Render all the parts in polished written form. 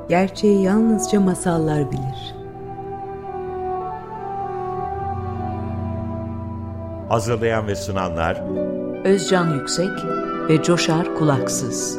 Gerçeği yalnızca masallar bilir. Hazırlayan ve sunanlar Özcan Yüksek ve Coşar Kulaksız.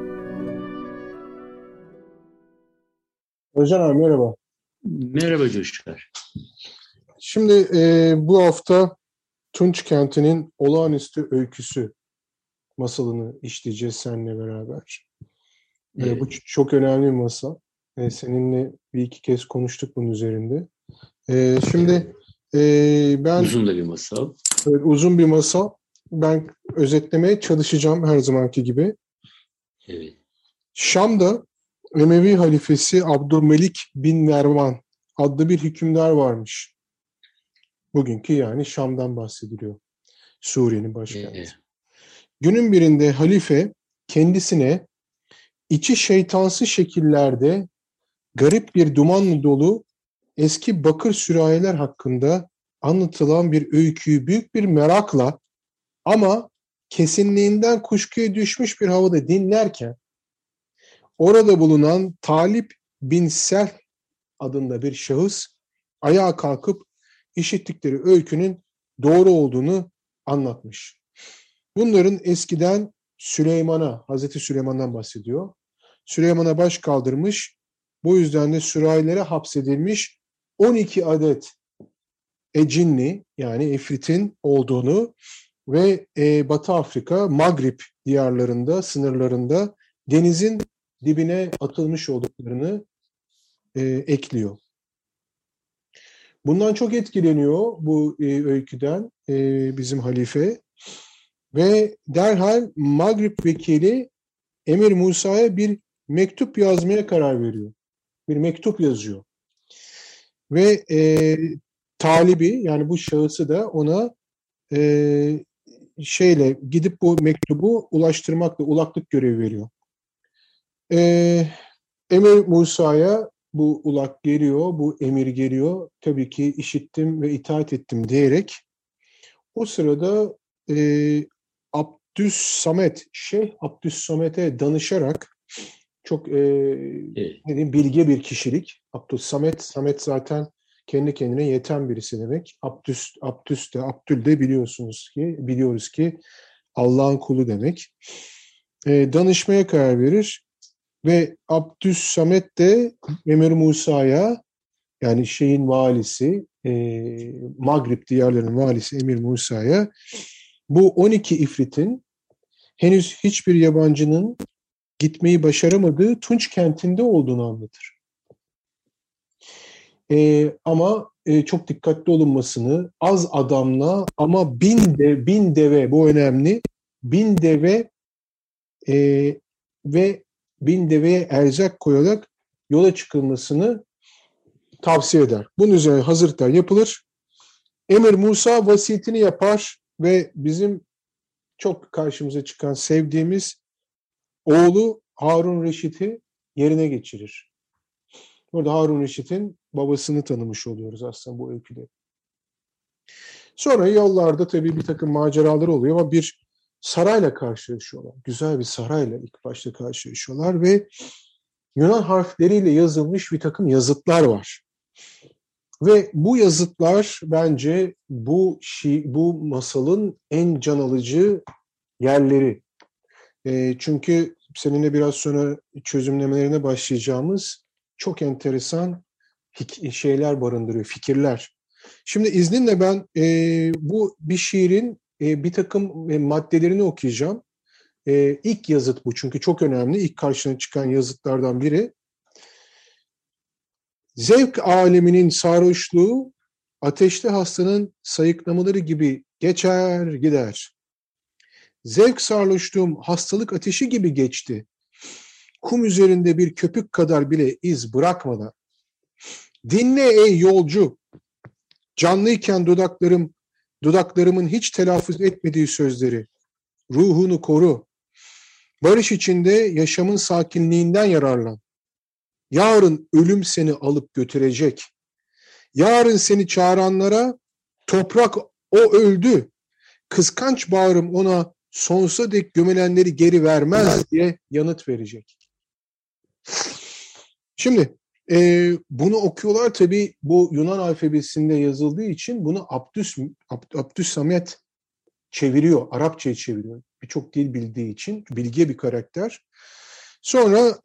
Özcan abi merhaba. Merhaba Coşar. Şimdi bu hafta Tunç Kenti'nin Olağanüstü Öyküsü masalını işleyeceğiz seninle beraber. Evet. Bu çok önemli bir masal. Seninle bir iki kez konuştuk bunun üzerinde. Şimdi ben... Uzun da bir masal. Evet, uzun bir masal. Ben özetlemeye çalışacağım her zamanki gibi. Evet. Şam'da Emevi halifesi Abdülmelik bin Mervan adlı bir hükümdar varmış. Bugünkü yani Şam'dan bahsediliyor. Suriye'nin başkenti. Evet. Günün birinde halife kendisine içi şeytansı şekillerde garip bir dumanla dolu eski bakır sürahiler hakkında anlatılan bir öyküyü büyük bir merakla ama kesinliğinden kuşkuya düşmüş bir havada dinlerken orada bulunan Talip bin Selh adında bir şahıs ayağa kalkıp işittikleri öykünün doğru olduğunu anlatmış. Bunların eskiden Süleyman'a, Hazreti Süleyman'dan bahsediyor. Süleyman'a baş kaldırmış, bu yüzden de sürahilere hapsedilmiş 12 adet ecinni yani ifritin olduğunu ve Batı Afrika, Magrib diyarlarında, sınırlarında denizin dibine atılmış olduklarını ekliyor. Bundan çok etkileniyor bu öyküden bizim halife ve derhal Magrib vekili Emir Musa'ya bir mektup yazmaya karar veriyor. Bir mektup yazıyor. Ve talibi yani bu şahısı da ona gidip bu mektubu ulaştırmakla ulaklık görevi veriyor. Emir Musa'ya bu ulak geliyor, bu emir geliyor. Tabii ki işittim ve itaat ettim diyerek o sırada Şeyh Abdüssamet'e danışarak çok bilge bir kişilik. Samet zaten kendi kendine yeten birisi demek. Abdül de biliyoruz ki Allah'ın kulu demek. Danışmaya karar verir ve Abdüssamet de Emir Musa'ya yani şeyin valisi, Magrib diyarlarının valisi Emir Musa'ya bu 12 ifritin henüz hiçbir yabancının gitmeyi başaramadığı Tunç kentinde olduğunu anlatır. Ama çok dikkatli olunmasını, az adamla ama bin deve, bu önemli, 1000 deve ve 1000 deveye erzak koyarak yola çıkılmasını tavsiye eder. Bunun üzerine hazırlıklar yapılır. Emir Musa vasiyetini yapar ve bizim çok karşımıza çıkan sevdiğimiz oğlu Harun Reşit'i yerine geçirir. Burada Harun Reşit'in babasını tanımış oluyoruz aslında bu öyküde. Sonra yollarda tabii bir takım maceralar oluyor ama bir sarayla karşılaşıyorlar. Güzel bir sarayla ilk başta karşılaşıyorlar ve Yunan harfleriyle yazılmış bir takım yazıtlar var. Ve bu yazıtlar bence bu masalın en can alıcı yerleri. Çünkü seninle biraz sonra çözümlemelerine başlayacağımız çok enteresan şeyler barındırıyor, fikirler. Şimdi izninle ben bu bir şiirin bir takım maddelerini okuyacağım. İlk yazıt bu çünkü çok önemli. İlk karşına çıkan yazıtlardan biri. Zevk aleminin sarhoşluğu ateşli hastanın sayıklamaları gibi geçer gider. Zevk sarhoşluğum hastalık ateşi gibi geçti. Kum üzerinde bir köpük kadar bile iz bırakmadan. Dinle ey yolcu. Canlıyken dudaklarımın hiç telaffuz etmediği sözleri. Ruhunu koru. Barış içinde yaşamın sakinliğinden yararlan. Yarın ölüm seni alıp götürecek. Yarın seni çağıranlara toprak o öldü. Kıskanç bağrım ona sonsuza dek gömelenleri geri vermez diye yanıt verecek. Şimdi bunu okuyorlar tabii, bu Yunan alfabesinde yazıldığı için bunu Abdüssamet çeviriyor, Arapçaya çeviriyor. Birçok dil bildiği için bilge bir karakter. Sonra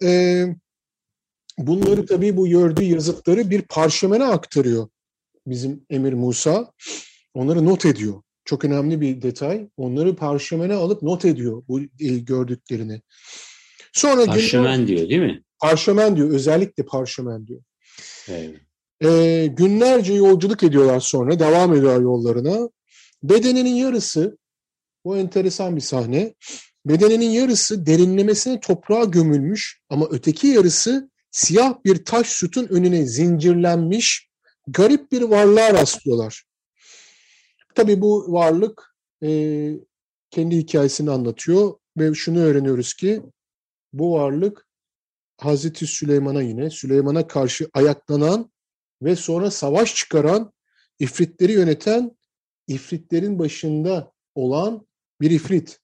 bunları tabii, bu gördüğü yazıtları bir parşömene aktarıyor bizim Emir Musa. Onları not ediyor. Çok önemli bir detay. Onları parşömene alıp not ediyor bu gördüklerini. Sonra Parşömen diyor değil mi? Parşömen diyor. Özellikle parşömen diyor. Evet. Günlerce yolculuk ediyorlar sonra. Devam ediyor yollarına. Bedeninin yarısı, bu enteresan bir sahne. Bedeninin yarısı derinlemesine toprağa gömülmüş ama öteki yarısı siyah bir taş sütun önüne zincirlenmiş garip bir varlığa rastlıyorlar. Tabii bu varlık kendi hikayesini anlatıyor ve şunu öğreniyoruz ki bu varlık Hazreti Süleyman'a karşı ayaklanan ve sonra savaş çıkaran, ifritleri yöneten, ifritlerin başında olan bir ifrit.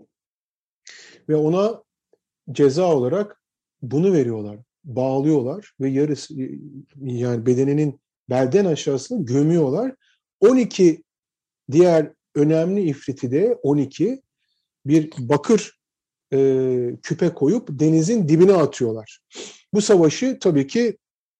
Ve ona ceza olarak bunu veriyorlar. Bağlıyorlar ve yarısı, yani bedeninin belden aşağısını gömüyorlar. 12 diğer önemli ifriti de 12 bir bakır küpe koyup denizin dibine atıyorlar. Bu savaşı tabii ki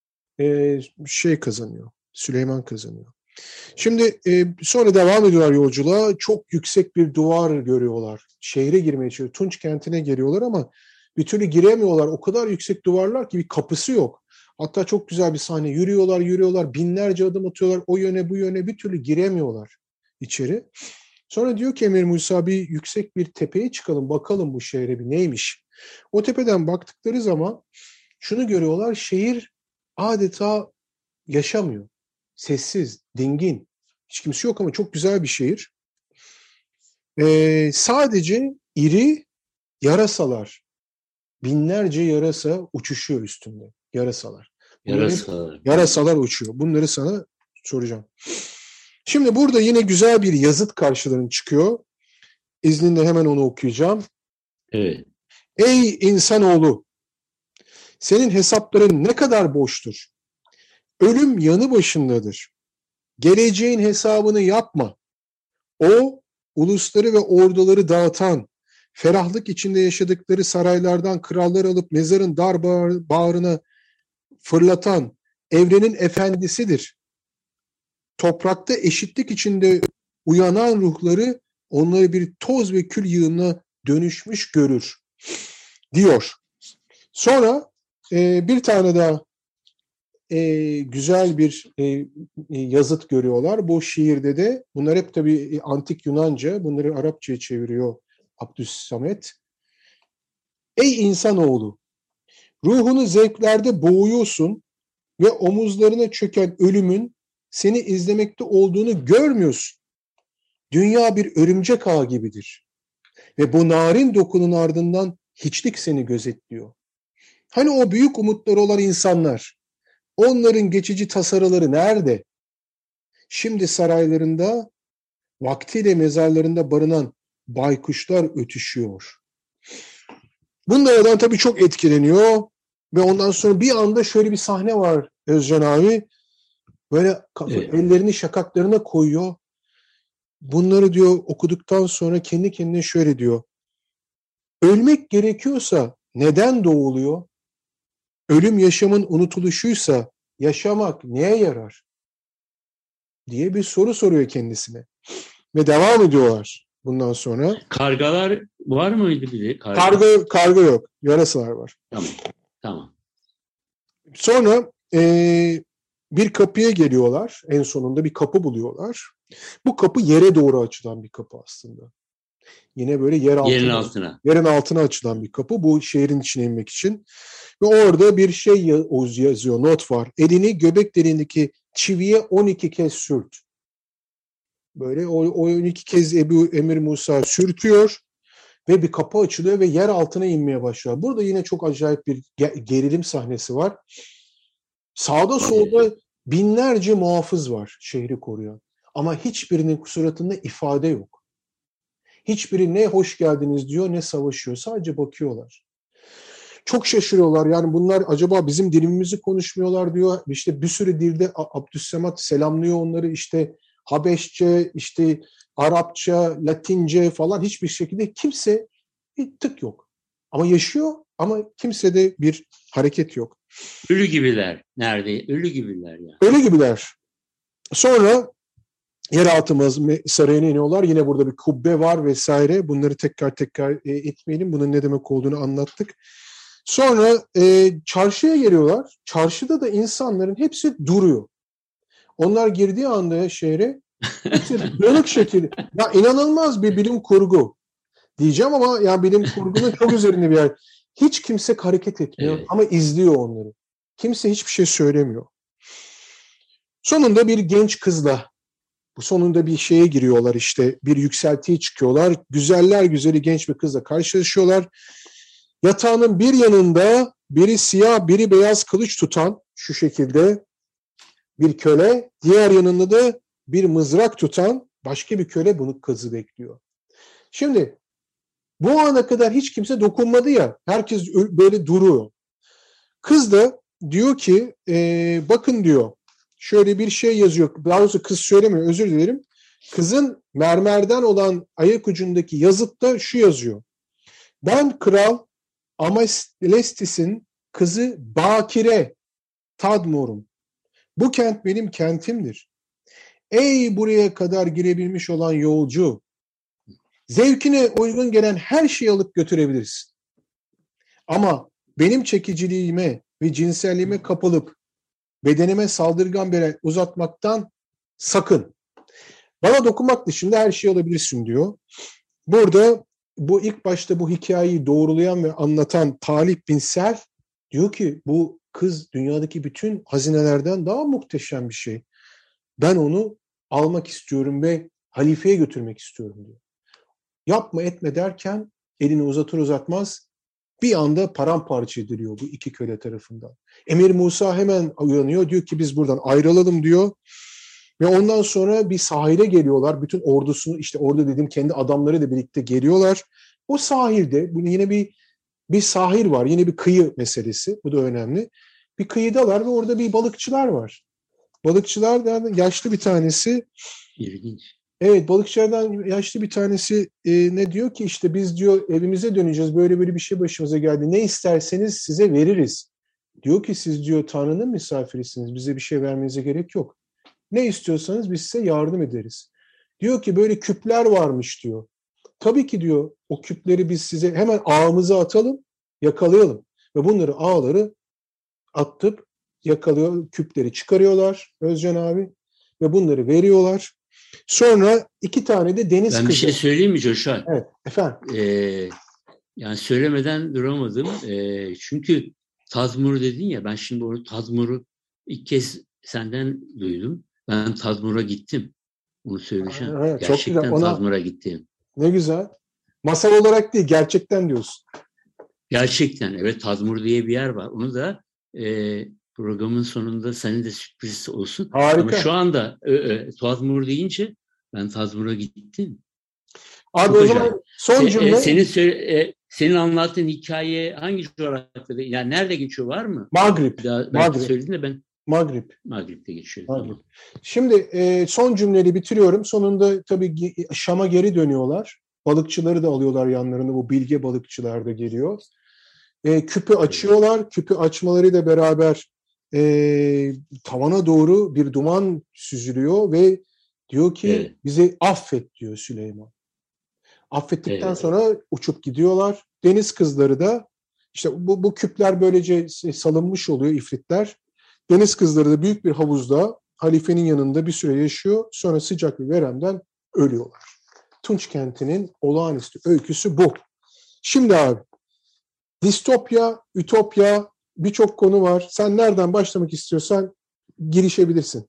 kazanıyor. Süleyman kazanıyor. Şimdi sonra devam ediyorlar yolculuğa. Çok yüksek bir duvar görüyorlar. Şehre girmeye çalışıyor. Tunç kentine geliyorlar ama bir türlü giremiyorlar. O kadar yüksek duvarlar ki bir kapısı yok. Hatta çok güzel bir sahne. Yürüyorlar. Binlerce adım atıyorlar. O yöne bu yöne, bir türlü giremiyorlar içeri. Sonra diyor ki Emir Musa, bir yüksek bir tepeye çıkalım. Bakalım bu şehre bir neymiş. O tepeden baktıkları zaman şunu görüyorlar. Şehir adeta yaşamıyor. Sessiz, dingin. Hiç kimse yok ama çok güzel bir şehir. Sadece iri yarasalar, binlerce yarasa uçuşuyor üstünde. Yarasalar. Yarasalar uçuyor. Bunları sana soracağım. Şimdi burada yine güzel bir yazıt karşılarına çıkıyor. İzninle hemen onu okuyacağım. Evet. Ey insanoğlu! Senin hesapların ne kadar boştur. Ölüm yanı başındadır. Geleceğin hesabını yapma. O, ulusları ve orduları dağıtan, ferahlık içinde yaşadıkları saraylardan krallar alıp mezarın dar bağrına fırlatan evrenin efendisidir. Toprakta eşitlik içinde uyanan ruhları onları bir toz ve kül yığınına dönüşmüş görür, diyor. Sonra bir tane daha güzel bir yazıt görüyorlar. Bu şiirde de, bunlar hep tabii antik Yunanca, bunları Arapçaya çeviriyor Abdüssamet. Ey insanoğlu! Ruhunu zevklerde boğuyorsun ve omuzlarına çöken ölümün seni izlemekte olduğunu görmüyorsun. Dünya bir örümcek ağı gibidir. Ve bu narin dokunun ardından hiçlik seni gözetliyor. Hani o büyük umutları olan insanlar, onların geçici tasarıları nerede? Şimdi saraylarında, vaktiyle mezarlarında barınan baykuşlar ötüşüyor. Bunlardan tabii çok etkileniyor ve ondan sonra bir anda şöyle bir sahne var Özcan abi. Böyle ellerini şakaklarına koyuyor. Bunları diyor okuduktan sonra kendi kendine şöyle diyor. Ölmek gerekiyorsa neden doğuluyor? Ölüm yaşamın unutuluşuysa yaşamak neye yarar? Diye bir soru soruyor kendisine. Ve devam ediyorlar bundan sonra. Kargalar var mıydı bile? Karga yok. Yarasalar var. Tamam. Sonra bir kapıya geliyorlar. En sonunda bir kapı buluyorlar. Bu kapı yere doğru açılan bir kapı aslında. Yine böyle yerin altına açılan bir kapı. Bu şehrin içine inmek için. Ve orada bir şey yazıyor, not var. Elini göbek deliğindeki çiviye 12 kez sürt. Böyle o 12 kez Emir Musa sürtüyor ve bir kapı açılıyor ve yer altına inmeye başlıyor. Burada yine çok acayip bir gerilim sahnesi var. Sağda solda binlerce muhafız var şehri koruyan. Ama hiçbirinin suratında ifade yok. Hiçbiri ne hoş geldiniz diyor ne savaşıyor. Sadece bakıyorlar. Çok şaşırıyorlar. Yani bunlar acaba bizim dilimizi konuşmuyorlar diyor. İşte bir sürü dilde Abdüssemat selamlıyor onları. İşte Habeşçe, işte Arapça, Latince falan hiçbir şekilde kimse bir tık yok. Ama yaşıyor ama kimsede bir hareket yok. Ölü gibiler. Nerede? Ölü gibiler ya. Öyle gibiler. Sonra yeraltı sarayına iniyorlar. Yine burada bir kubbe var vesaire. Bunları tekrar etmeyelim. Bunun ne demek olduğunu anlattık. Sonra çarşıya geliyorlar. Çarşıda da insanların hepsi duruyor. Onlar girdiği anda şehre hepsi dönük şekilde. Ya inanılmaz bir bilim kurgu diyeceğim ama yani bilim kurgunun çok üzerinde bir yer. Hiç kimse hareket etmiyor Evet. ama izliyor onları. Kimse hiçbir şey söylemiyor. Sonunda bir genç kızla bu sonunda bir şeye giriyorlar işte. Bir yükseltiye çıkıyorlar. Güzeller güzeli genç bir kızla karşılaşıyorlar. Yatağının bir yanında biri siyah, biri beyaz kılıç tutan şu şekilde bir köle, diğer yanında da bir mızrak tutan başka bir köle bunu kızı bekliyor. Şimdi bu ana kadar hiç kimse dokunmadı ya, herkes böyle duruyor. Kız da diyor ki, bakın diyor, şöyle bir şey yazıyor. Daha doğrusu kız söylemiyor, özür dilerim. Kızın mermerden olan ayak ucundaki yazıtta şu yazıyor. Ben Kral Amalestis'in kızı Bakire Tadmor'um. Bu kent benim kentimdir. Ey buraya kadar girebilmiş olan yolcu, zevkine uygun gelen her şeyi alıp götürebilirsin. Ama benim çekiciliğime ve cinselliğime kapılıp bedenime saldırgan bir el uzatmaktan sakın. Bana dokunmak dışında her şeyi alabilirsin diyor. Burada bu ilk başta bu hikayeyi doğrulayan ve anlatan Talih bin Sel diyor ki bu kız dünyadaki bütün hazinelerden daha muhteşem bir şey. Ben onu almak istiyorum ve halifeye götürmek istiyorum diyor. Yapma etme derken elini uzatır uzatmaz bir anda paramparça ediliyor bu iki köle tarafından. Emir Musa hemen uyanıyor, diyor ki biz buradan ayrılalım diyor. Ve ondan sonra bir sahile geliyorlar. Bütün ordusunu, işte orada dediğim kendi adamlarıyla birlikte geliyorlar. O sahilde yine bir sahil var. Yine bir kıyı meselesi. Bu da önemli. Bir kıyıdalar ve orada bir balıkçılar var. Balıkçılardan yaşlı bir tanesi, İlginç. evet balıkçılardan yaşlı bir tanesi ne diyor ki işte biz diyor evimize döneceğiz. Böyle bir şey başımıza geldi. Ne isterseniz size veririz. Diyor ki siz diyor Tanrı'nın misafirisiniz. Bize bir şey vermenize gerek yok. Ne istiyorsanız biz size yardım ederiz. Diyor ki böyle küpler varmış diyor. Tabii ki diyor o küpleri biz size hemen ağımıza atalım, yakalayalım. Ve bunları ağları attıp yakalıyor, küpleri çıkarıyorlar Özcan abi ve bunları veriyorlar. Sonra iki tane de deniz kızı. Ben bir şey söyleyeyim mi Coşar? Evet efendim. Yani söylemeden duramadım. Çünkü Tazmur dedin ya, ben şimdi onu Tazmur'u ilk kez senden duydum. Ben Tazmur'a gittim. Onu söyleyeceğim. Evet, çok güzel. Gerçekten Ona, Tazmur'a gittim. ne güzel. Masal olarak değil, gerçekten diyorsun. Gerçekten evet, Tazmur diye bir yer var. Onu da programın sonunda senin de sürpriz olsun. Harika. Ama şu anda Tazmur deyince ben Tazmur'a gittim. Abi Çok o acayip. zaman son cümle. Senin anlattığın hikaye hangi coğrafyada? Yani nerede geçiyor, var mı? Maghrib. Belki söyledin de ben Maghrib. Maghrib'de geçiyor. Maghrib. Tamam. Şimdi son cümleyi bitiriyorum. Sonunda tabii Şam'a geri dönüyorlar. Balıkçıları da alıyorlar yanlarında. Bu bilge balıkçılar da geliyor. Küpü açıyorlar. Küpü açmalarıyla beraber tavana doğru bir duman süzülüyor ve diyor ki Evet. bizi affet diyor Süleyman. Affettikten Evet. sonra uçup gidiyorlar. Deniz kızları da işte bu küpler böylece salınmış oluyor, ifritler. Deniz kızları da büyük bir havuzda halifenin yanında bir süre yaşıyor. Sonra sıcak bir veremden ölüyorlar. Tunç kentinin olağanüstü öyküsü bu. Şimdi abi distopya, ütopya birçok konu var. Sen nereden başlamak istiyorsan girişebilirsin.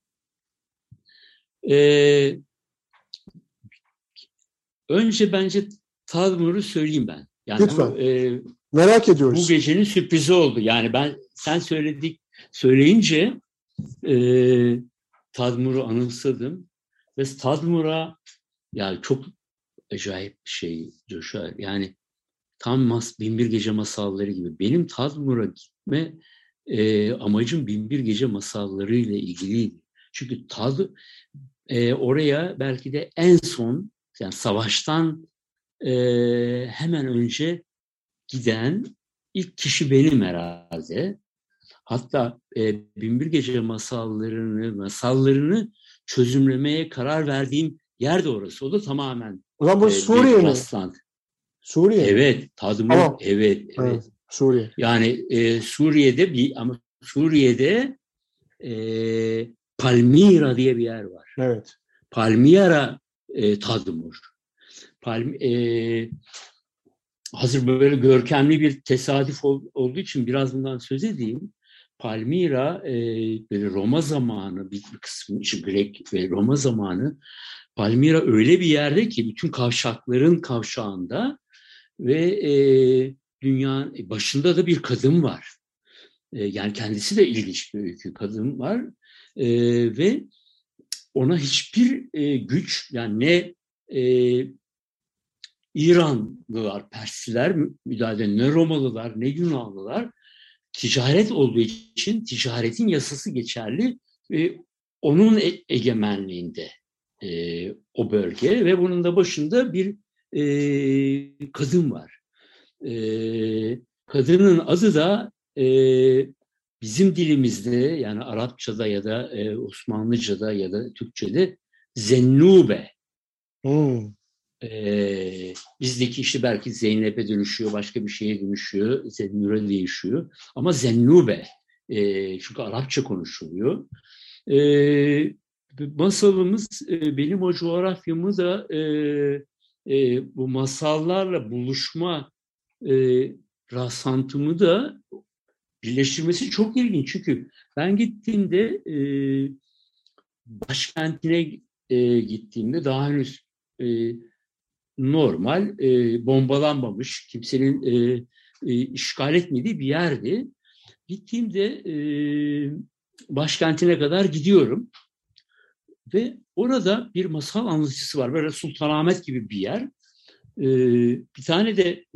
Önce bence Tazmur'u söyleyeyim ben. Yani lütfen. Merak ediyoruz. Bu gecenin sürprizi oldu. Yani sen söyleyince Tazmur'u anımsadım ve Tazmur'a yani çok acayip bir şey Coşar. Yani tam Binbir Gece Masalları gibi. Benim Tazmur'a gitme amacım Binbir Gece Masalları ile ilgiliydi. Çünkü oraya belki de en son, yani savaştan hemen önce giden ilk kişi benim herhalde. Hatta Binbir Gece masallarını çözümlemeye karar verdiğim yer de orası. O da tamamen Ulan bu Suriye mi? rastlantı. Suriye. Evet, Tadmur. Tamam. Evet. Suriye. Yani Suriye'de ama Suriye'de Palmira diye bir yer var. Evet. Palmira Tadmur. Hazır böyle görkemli bir tesadüf olduğu için biraz bundan söz edeyim. Palmira böyle Roma zamanı bir kısmı, Grek ve Roma zamanı, Palmira öyle bir yerde ki bütün kavşakların kavşağında ve dünyanın başında da bir kadın var. Yani kendisi de ilginç bir öykü. Kadın var ve ona hiçbir güç, yani ne İranlılar, Persliler müdahale, ne Romalılar, ne Yunanlılar, ticaret olduğu için ticaretin yasası geçerli ve onun egemenliğinde o bölge ve bunun da başında bir kadın var. Kadının adı da bizim dilimizde, yani Arapçada ya da Osmanlıca'da ya da Türkçe'de Zennube. Bizdeki işte belki Zeynep'e dönüşüyor, başka bir şeye dönüşüyor, Zennure değişiyor. Ama Zennube, çünkü Arapça konuşuluyor. Masalımız, benim o coğrafyamı da bu masallarla buluşma rastlantımı da birleştirmesi çok ilginç. Çünkü ben gittiğimde, başkentine gittiğimde daha henüz normal, bombalanmamış, kimsenin işgal etmediği bir yerdi. Gittiğimde başkentine kadar gidiyorum ve orada bir masal anlatıcısı var. Böyle Sultanahmet gibi bir yer. Bir tane de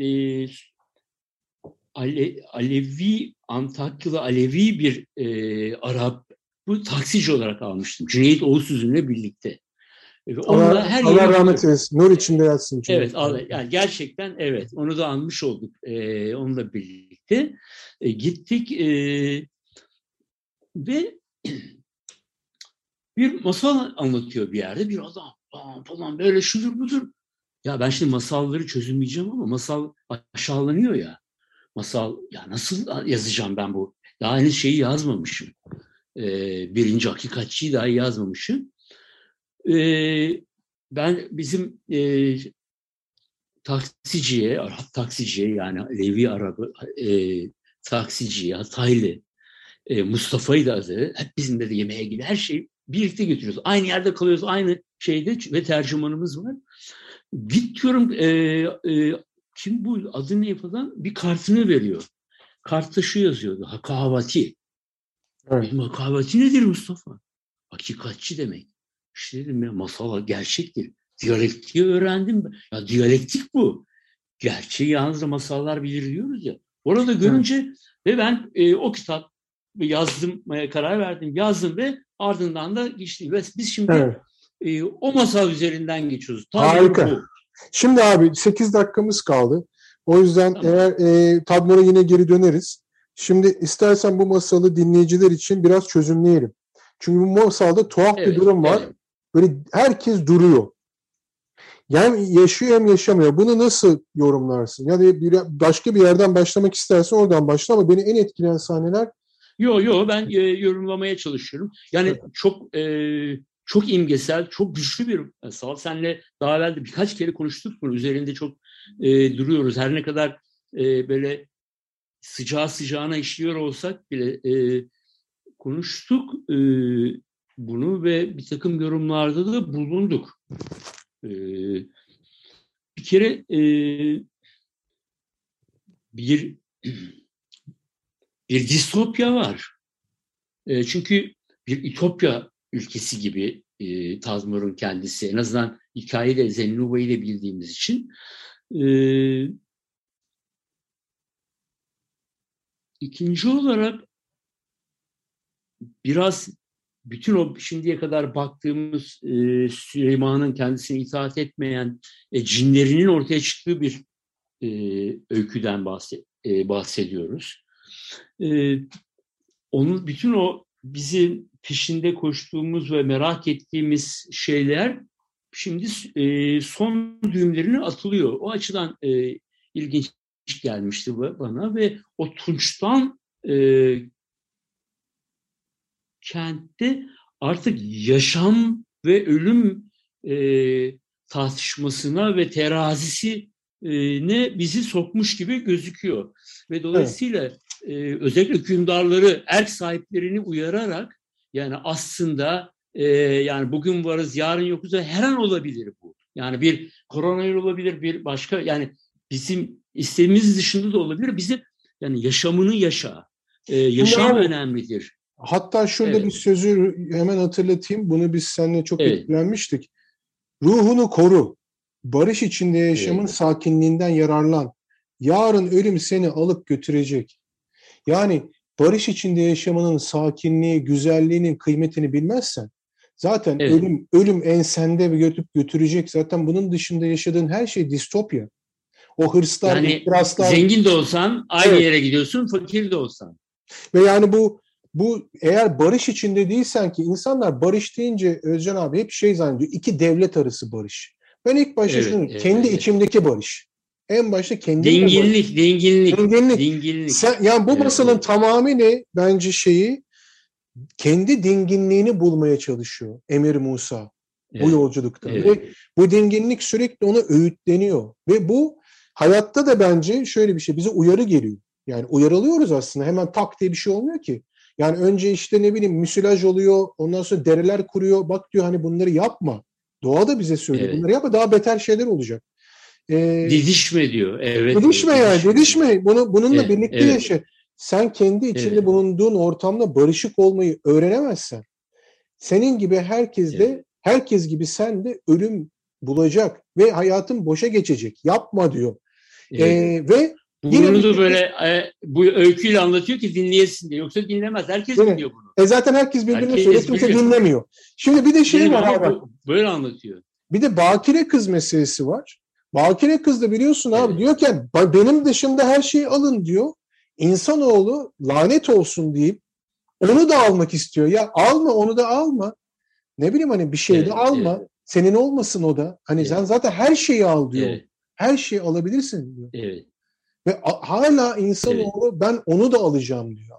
Alevi, Antakyalı Alevi bir Arap, bu taksici olarak almıştım. Cüneyt Oğuzsüz'ünle birlikte. Allah rahmet eylesin. Nur içinde yatsın. Evet, yani gerçekten evet. Onu da anmış olduk. Onunla birlikte gittik ve bir masal anlatıyor bir yerde. Bir adam falan böyle şudur budur. Ya ben şimdi masalları çözümleyeceğim ama masal aşağılanıyor ya. Masal, ya nasıl yazacağım ben bu? Daha henüz şeyi yazmamışım. Birinci hakikatçiyi daha yazmamışım. Ben bizim taksiciye yani Levi Arabı taksiciye, Hataylı Mustafa'yı da adı. Hep bizimle de yemeğe gidiyor. Her şeyi birlikte götürüyoruz. Aynı yerde kalıyoruz. Aynı şeyde ve tercümanımız var. Git diyorum, kim bu, adı ne falan, bir kartını veriyor. Kartta şu yazıyordu. Hakavati. Evet. Benim hakavati nedir Mustafa? Hakikatçi demek. İşte dedim ya, masal gerçektir. Diyalektiği öğrendim. Ya diyalektik bu. Gerçeği yalnızca masallar bilir diyoruz ya. Orada görünce ve ben o kitap yazmaya karar verdim. Yazdım ve ardından da geçtim. Ve biz şimdi o masal üzerinden geçiyoruz. Harika. Bu. Şimdi abi 8 dakikamız kaldı. O yüzden eğer Tadmur'a yine geri döneriz. Şimdi istersen bu masalı dinleyiciler için biraz çözümleyelim. Çünkü bu masalda tuhaf bir durum var. Evet. Böyle herkes duruyor. Yani yaşıyor hem yaşamıyor. Bunu nasıl yorumlarsın? Yani başka bir yerden başlamak istersen oradan başla ama beni en etkileyen sahneler... Yo ben yorumlamaya çalışıyorum. Yani evet. Çok imgesel, çok güçlü bir masal. Seninle daha evvel de birkaç kere konuştuk bunu. Üzerinde çok duruyoruz. Her ne kadar böyle sıcağı sıcağına işliyor olsak bile konuştuk bunu ve bir takım yorumlarda da bulunduk. Bir kere bir distopya var. Çünkü bir ütopya ülkesi gibi Tazmur'un kendisi. En azından hikayede Zennube'yi de bildiğimiz için. İkinci olarak biraz bütün o şimdiye kadar baktığımız Süleyman'ın kendisine itaat etmeyen cinlerinin ortaya çıktığı bir öyküden bahsediyoruz. Onun bütün o bizim peşinde koştuğumuz ve merak ettiğimiz şeyler şimdi son düğümlerine atılıyor. O açıdan ilginç gelmişti bana ve o Tunç'tan kentte artık yaşam ve ölüm tartışmasına ve terazisine bizi sokmuş gibi gözüküyor. Ve dolayısıyla özellikle hükümdarları, erk sahiplerini uyararak yani aslında yani bugün varız, yarın yokuz, her an olabilir bu. Yani bir koronavirüs olabilir, bir başka yani bizim isteğimiz dışında da olabilir. Bizi yani yaşamını yaşa. Yaşam önemlidir. Hatta şurada bir sözü hemen hatırlatayım. Bunu biz seninle çok etkilenmiştik. Ruhunu koru. Barış içinde yaşamın sakinliğinden yararlan. Yarın ölüm seni alıp götürecek. Yani barış içinde yaşamanın sakinliği, güzelliğinin kıymetini bilmezsen zaten ölüm ensende götürecek. Zaten bunun dışında yaşadığın her şey distopya. O hırslar, yani ihtiraslar. Zengin de olsan aynı yere gidiyorsun, fakir de olsan. Ve yani bu eğer barış içinde değilsen ki insanlar barış deyince Özcan abi hep şey zannediyor. İki devlet arası barış. Ben ilk başta kendi içimdeki barış. En başta kendimle barış. Dinginlik. Yani bu masalın tamamını bence kendi dinginliğini bulmaya çalışıyor Emir Musa bu yolculukta. Ve bu dinginlik sürekli ona öğütleniyor. Ve bu hayatta da bence şöyle bir şey bize uyarı geliyor. Yani uyarılıyoruz aslında. Hemen tak diye bir şey olmuyor ki. Yani önce işte ne bileyim müsilaj oluyor. Ondan sonra dereler kuruyor. Bak diyor hani bunları yapma. Doğa da bize söylüyor. Bunları yapma daha beter şeyler olacak. Didişme diyor. Didişme. Bununla birlikte yaşa. Sen kendi içinde bulunduğun ortamda barışık olmayı öğrenemezsen senin gibi herkes gibi sen de ölüm bulacak ve hayatın boşa geçecek. Yapma diyor. Ve bunu da böyle bu öyküyle anlatıyor ki dinleyesin diye. Yoksa dinlemez. Herkes dinliyor bunu. Zaten herkes birbirine söylüyor. Kimse dinlemiyor. Şimdi bir de var abi. Böyle anlatıyor. Bir de bakire kız meselesi var. Bakire kız da biliyorsun abi diyor ki benim dışımda her şeyi alın diyor. İnsanoğlu lanet olsun deyip onu da almak istiyor. Ya alma onu da alma. Ne bileyim hani bir şey de alma. Senin olmasın o da. Hani sen zaten her şeyi al diyor. Her şeyi alabilirsin diyor. Ve hala insanoğlu ben onu da alacağım diyor.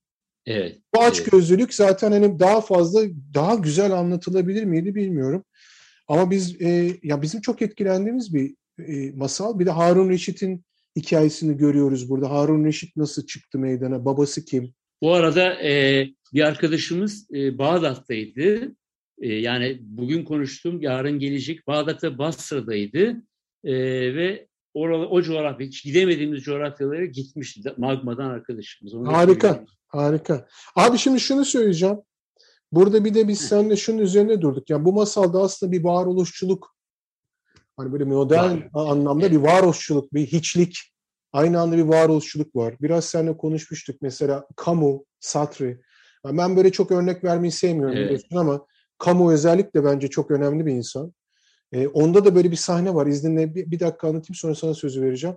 Bu açgözlülük zaten hani daha güzel anlatılabilir miydi bilmiyorum. Ama bizim çok etkilendiğimiz bir masal. Bir de Harun Reşit'in hikayesini görüyoruz burada. Harun Reşit nasıl çıktı meydana? Babası kim? Bu arada bir arkadaşımız Bağdat'taydı. Yani bugün konuştuğum yarın gelecek Bağdat'ta Basra'daydı. Ve o coğrafya, hiç gidemediğimiz coğrafyalara gitmişti. Magma'dan arkadaşımız. Harika. Abi şimdi şunu söyleyeceğim. Burada bir de biz seninle şunun üzerine durduk. Yani bu masalda aslında bir varoluşçuluk, hani böyle modern anlamda bir varoluşçuluk, bir hiçlik, aynı anda bir varoluşçuluk var. Biraz seninle konuşmuştuk mesela Camus, Sartre. Yani ben böyle çok örnek vermeyi sevmiyorum biliyorsun ama Camus özellikle bence çok önemli bir insan. Onda da böyle bir sahne var. İzninle bir dakika anlatayım sonra sana sözü vereceğim.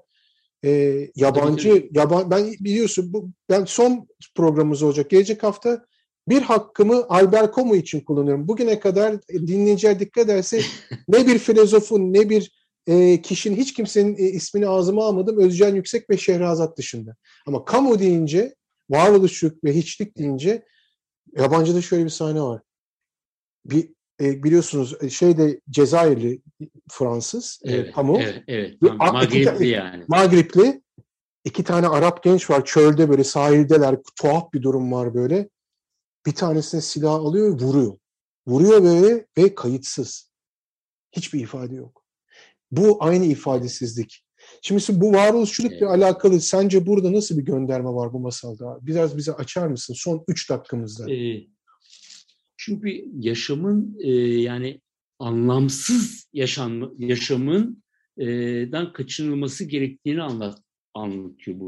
Ben biliyorsun ben son programımız olacak. Gelecek hafta bir hakkımı Albert Camus için kullanıyorum. Bugüne kadar dinleyiciler dikkat ederse ne bir filozofun ne bir kişinin hiç kimsenin ismini ağzıma almadım. Özcan Yüksek ve Şehrazat dışında. Ama Camus deyince varoluşçuluk ve hiçlik deyince yabancıda şöyle bir sahne var. Biliyorsunuz Cezayirli Fransız Camus. Mağripli yani. Mağripli. 2 tane Arap genç var. Çölde böyle sahildeler. Tuhaf bir durum var böyle. Bir tanesine silah alıyor ve vuruyor. Vuruyor böyle ve kayıtsız. Hiçbir ifade yok. Bu aynı ifadesizlik. Şimdi bu varoluşçulukla alakalı sence burada nasıl bir gönderme var bu masalda? Biraz bize açar mısın son 3 dakikamızda? Çünkü yaşamın yani anlamsız yaşamından kaçınılması gerektiğini anlatıyor bu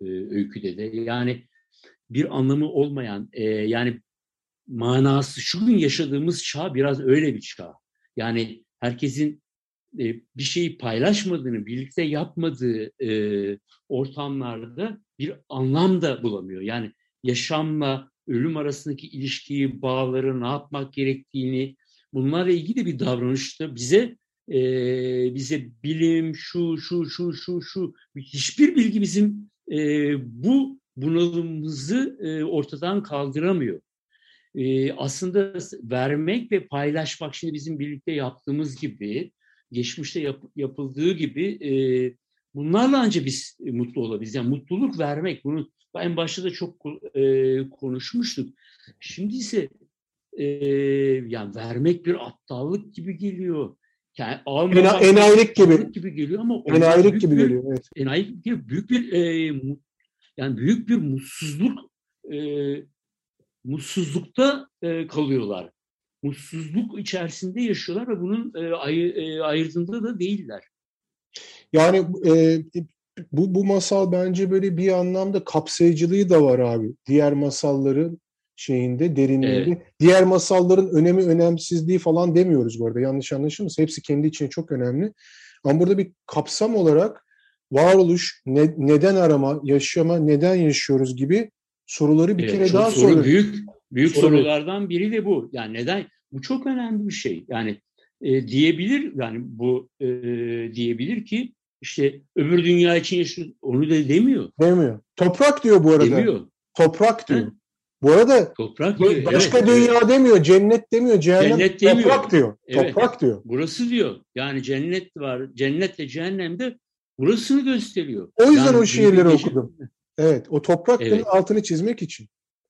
öyküde de. Yani bir anlamı olmayan, yani manası, şu gün yaşadığımız çağ biraz öyle bir çağ. Yani herkesin bir şeyi paylaşmadığını, birlikte yapmadığı ortamlarda bir anlam da bulamıyor. Yani yaşamla ölüm arasındaki ilişkiyi, bağları, ne yapmak gerektiğini, bunlarla ilgili bir davranışta bize bilim, şu, hiçbir bilgi bizim bu bunalımımızı ortadan kaldıramıyor. Aslında vermek ve paylaşmak, şimdi bizim birlikte yaptığımız gibi, geçmişte yapıldığı gibi bunlarla ancak biz mutlu olabiliriz. Yani mutluluk vermek, bunu en başta da çok konuşmuştuk. Şimdi ise yani vermek bir aptallık gibi geliyor. Yani enayilik gibi geliyor ama enayilik gibi geliyor. Evet. Enayilik gibi büyük bir yani büyük bir mutsuzlukta kalıyorlar. Mutsuzluk içerisinde yaşıyorlar ve bunun ayırdığında da değiller. Yani bu masal bence böyle bir anlamda kapsayıcılığı da var abi. Diğer masalların şeyinde, derinliğinde. Evet. Diğer masalların önemi, önemsizliği falan demiyoruz bu arada. Yanlış anlaşılmasın. Hepsi kendi içinde çok önemli. Ama burada bir kapsam olarak varoluş, neden arama, yaşama, neden yaşıyoruz gibi soruları bir kere daha soruyor. Büyük sorulardan biri de bu. Yani neden? Bu çok önemli bir şey. Yani diyebilir, yani bu diyebilir ki işte öbür dünya için yaşıyoruz. Onu da demiyor. Demiyor. Toprak diyor bu arada. Demiyor. Toprak diyor. He? Bu arada toprak diyor. Başka dünya demiyor, cennet demiyor, cennet demiyor. Toprak diyor. Evet. Toprak diyor. Burası diyor. Yani cennet var. Cennetle cehennemde burasını gösteriyor. O yüzden yani o şiirleri okudum. Evet, o toprakların altını çizmek için.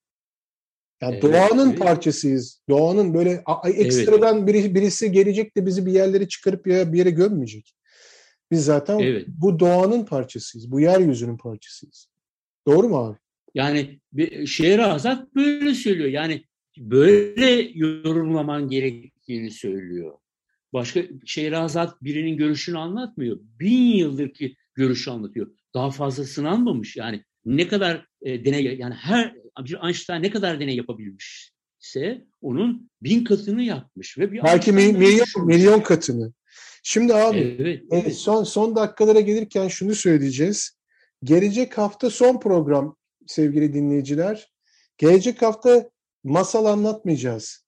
Yani doğanın parçasıyız. Doğanın böyle ekstradan birisi gelecek de bizi bir yerlere çıkarıp bir yere gömmeyecek. Biz zaten bu doğanın parçasıyız. Bu yeryüzünün parçasıyız. Doğru mu abi? Yani Şehrazat böyle söylüyor. Yani böyle yorumlaman gerektiğini söylüyor. Başka Şehrazat birinin görüşünü anlatmıyor. 1000 yıldır görüşü anlatıyor. Daha fazla sınanmamış. Yani ne kadar deney, yani bir Einstein ne kadar deney yapabilmişse onun 1000 katını yapmış ve belki milyon katını. Şimdi abi son dakikalara gelirken şunu söyleyeceğiz. Gelecek hafta son program sevgili dinleyiciler. Gelecek hafta masal anlatmayacağız.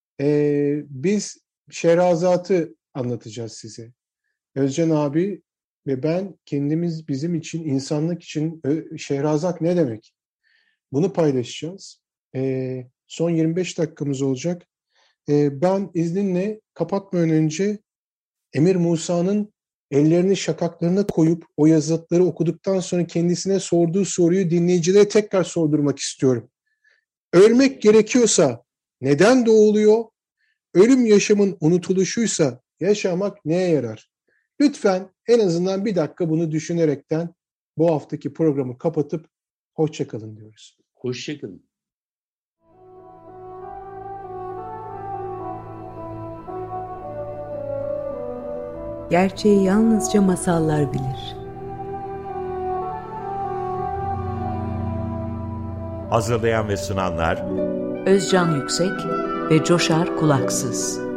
Biz Şehrazat'ı anlatacağız size. Özcan abi ve ben kendimiz, bizim için, insanlık için Şehrazat ne demek? Bunu paylaşacağız. Son 25 dakikamız olacak. Ben izninle kapatmadan önce Emir Musa'nın ellerini şakaklarına koyup o yazıtları okuduktan sonra kendisine sorduğu soruyu dinleyicilere tekrar sordurmak istiyorum. Ölmek gerekiyorsa neden doğuluyor? Ölüm yaşamın unutuluşuysa yaşamak neye yarar? Lütfen en azından bir dakika bunu düşünerekten bu haftaki programı kapatıp hoşça kalın diyoruz. Hoşça kalın. Gerçeği yalnızca masallar bilir. Hazırlayan ve sunanlar Özcan Yüksek ve Coşar Kulaksız.